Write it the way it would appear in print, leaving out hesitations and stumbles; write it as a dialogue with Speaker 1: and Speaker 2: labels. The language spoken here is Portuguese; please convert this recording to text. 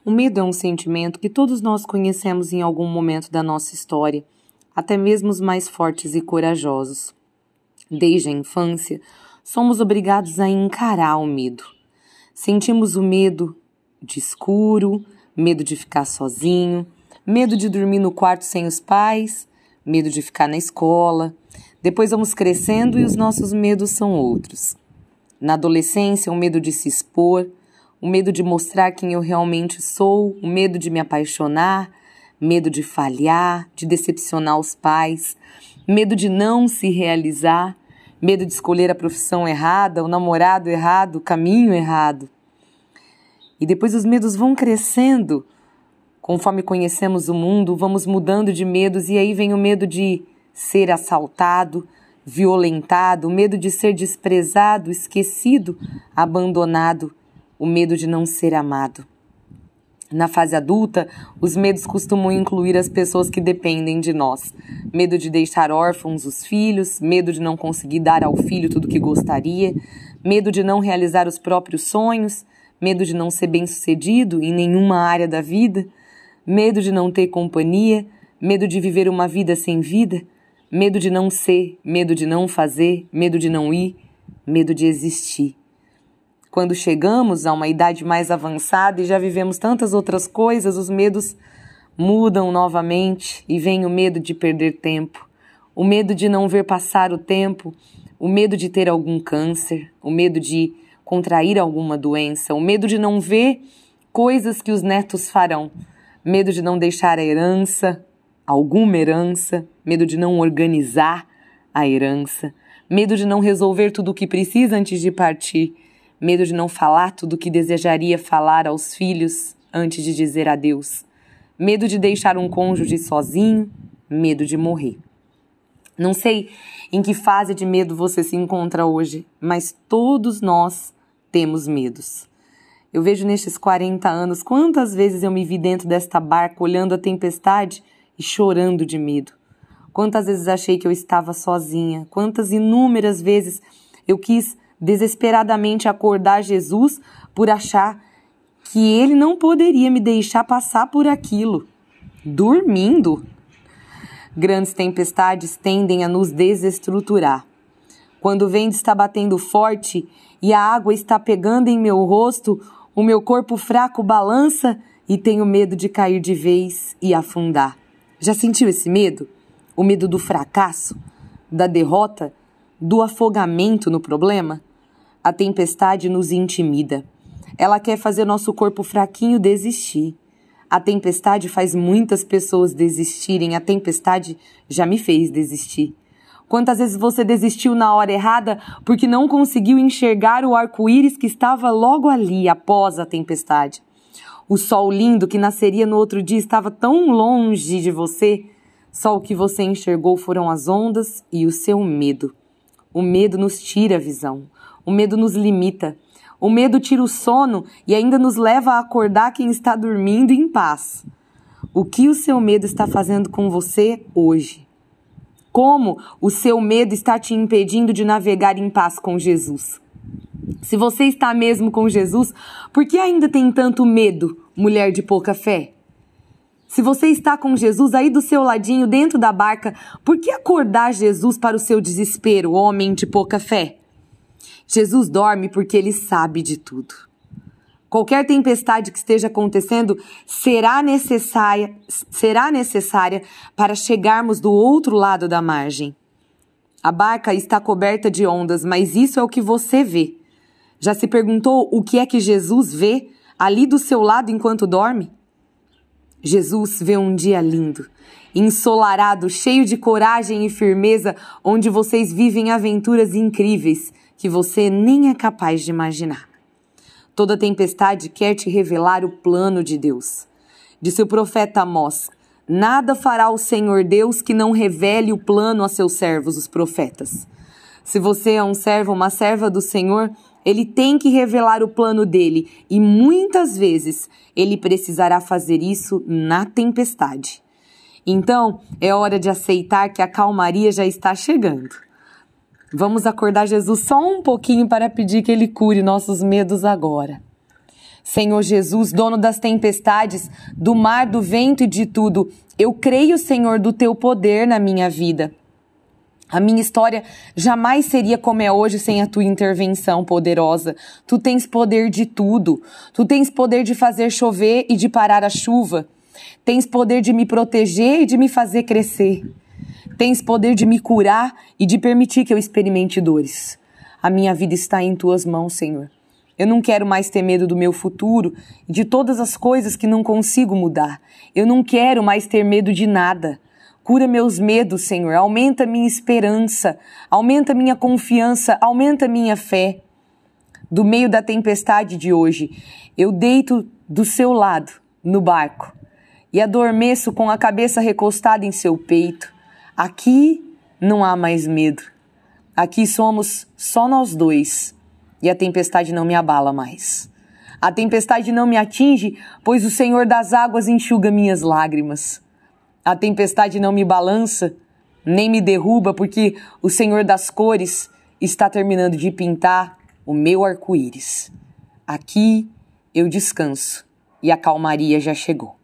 Speaker 1: O medo é um sentimento que todos nós conhecemos em algum momento da nossa história, até mesmo os mais fortes e corajosos. Desde a infância, somos obrigados a encarar o medo. Sentimos o medo de escuro, medo de ficar sozinho, medo de dormir no quarto sem os pais, medo de ficar na escola. Depois vamos crescendo e os nossos medos são outros. Na adolescência, o medo de se expor, o medo de mostrar quem eu realmente sou, o medo de me apaixonar, medo de falhar, de decepcionar os pais, medo de não se realizar, medo de escolher a profissão errada, o namorado errado, o caminho errado. E depois os medos vão crescendo. Conforme conhecemos o mundo, vamos mudando de medos e aí vem o medo de ser assaltado, violentado, o medo de ser desprezado, esquecido, abandonado, o medo de não ser amado. Na fase adulta, os medos costumam incluir as pessoas que dependem de nós. Medo de deixar órfãos os filhos, medo de não conseguir dar ao filho tudo o que gostaria, medo de não realizar os próprios sonhos, medo de não ser bem-sucedido em nenhuma área da vida, medo de não ter companhia, medo de viver uma vida sem vida, medo de não ser, medo de não fazer, medo de não ir, medo de existir. Quando chegamos a uma idade mais avançada e já vivemos tantas outras coisas, os medos mudam novamente e vem o medo de perder tempo, o medo de não ver passar o tempo, o medo de ter algum câncer, o medo de contrair alguma doença, o medo de não ver coisas que os netos farão, medo de não deixar a herança, alguma herança, medo de não organizar a herança, medo de não resolver tudo o que precisa antes de partir, medo de não falar tudo o que desejaria falar aos filhos antes de dizer adeus, medo de deixar um cônjuge sozinho, medo de morrer. Não sei em que fase de medo você se encontra hoje, mas todos nós temos medos. Eu vejo nestes 40 anos quantas vezes eu me vi dentro desta barca olhando a tempestade e chorando de medo. Quantas vezes achei que eu estava sozinha, quantas inúmeras vezes eu quis desesperadamente acordar Jesus por achar que ele não poderia me deixar passar por aquilo, dormindo. Grandes tempestades tendem a nos desestruturar. Quando o vento está batendo forte e a água está pegando em meu rosto, o meu corpo fraco balança e tenho medo de cair de vez e afundar. Já sentiu esse medo? O medo do fracasso, da derrota, do afogamento no problema? A tempestade nos intimida. Ela quer fazer nosso corpo fraquinho desistir. A tempestade faz muitas pessoas desistirem. A tempestade já me fez desistir. Quantas vezes você desistiu na hora errada porque não conseguiu enxergar o arco-íris que estava logo ali após a tempestade? O sol lindo que nasceria no outro dia estava tão longe de você. Só o que você enxergou foram as ondas e o seu medo. O medo nos tira a visão. O medo nos limita. O medo tira o sono e ainda nos leva a acordar quem está dormindo em paz. O que o seu medo está fazendo com você hoje? Como o seu medo está te impedindo de navegar em paz com Jesus? Se você está mesmo com Jesus, por que ainda tem tanto medo, mulher de pouca fé? Se você está com Jesus aí do seu ladinho, dentro da barca, por que acordar Jesus para o seu desespero, homem de pouca fé? Jesus dorme porque ele sabe de tudo. Qualquer tempestade que esteja acontecendo será necessária para chegarmos do outro lado da margem. A barca está coberta de ondas, mas isso é o que você vê. Já se perguntou o que é que Jesus vê ali do seu lado enquanto dorme? Jesus vê um dia lindo, ensolarado, cheio de coragem e firmeza, onde vocês vivem aventuras incríveis que você nem é capaz de imaginar. Toda tempestade quer te revelar o plano de Deus. Disse o profeta Amós: nada fará o Senhor Deus que não revele o plano a seus servos, os profetas. Se você é um servo, uma serva do Senhor, ele tem que revelar o plano dele e muitas vezes ele precisará fazer isso na tempestade. Então, é hora de aceitar que a calmaria já está chegando. Vamos acordar Jesus só um pouquinho para pedir que ele cure nossos medos agora. Senhor Jesus, dono das tempestades, do mar, do vento e de tudo, eu creio, Senhor, do teu poder na minha vida. A minha história jamais seria como é hoje sem a tua intervenção poderosa. Tu tens poder de tudo. Tu tens poder de fazer chover e de parar a chuva. Tens poder de me proteger e de me fazer crescer. Tens poder de me curar e de permitir que eu experimente dores. A minha vida está em tuas mãos, Senhor. Eu não quero mais ter medo do meu futuro e de todas as coisas que não consigo mudar. Eu não quero mais ter medo de nada. Cura meus medos, Senhor. Aumenta minha esperança. Aumenta minha confiança. Aumenta minha fé. Do meio da tempestade de hoje, eu deito do seu lado, no barco, e adormeço com a cabeça recostada em seu peito. Aqui não há mais medo. Aqui somos só nós dois. E a tempestade não me abala mais. A tempestade não me atinge, pois o Senhor das águas enxuga minhas lágrimas. A tempestade não me balança, nem me derruba, porque o Senhor das cores está terminando de pintar o meu arco-íris. Aqui eu descanso e a calmaria já chegou.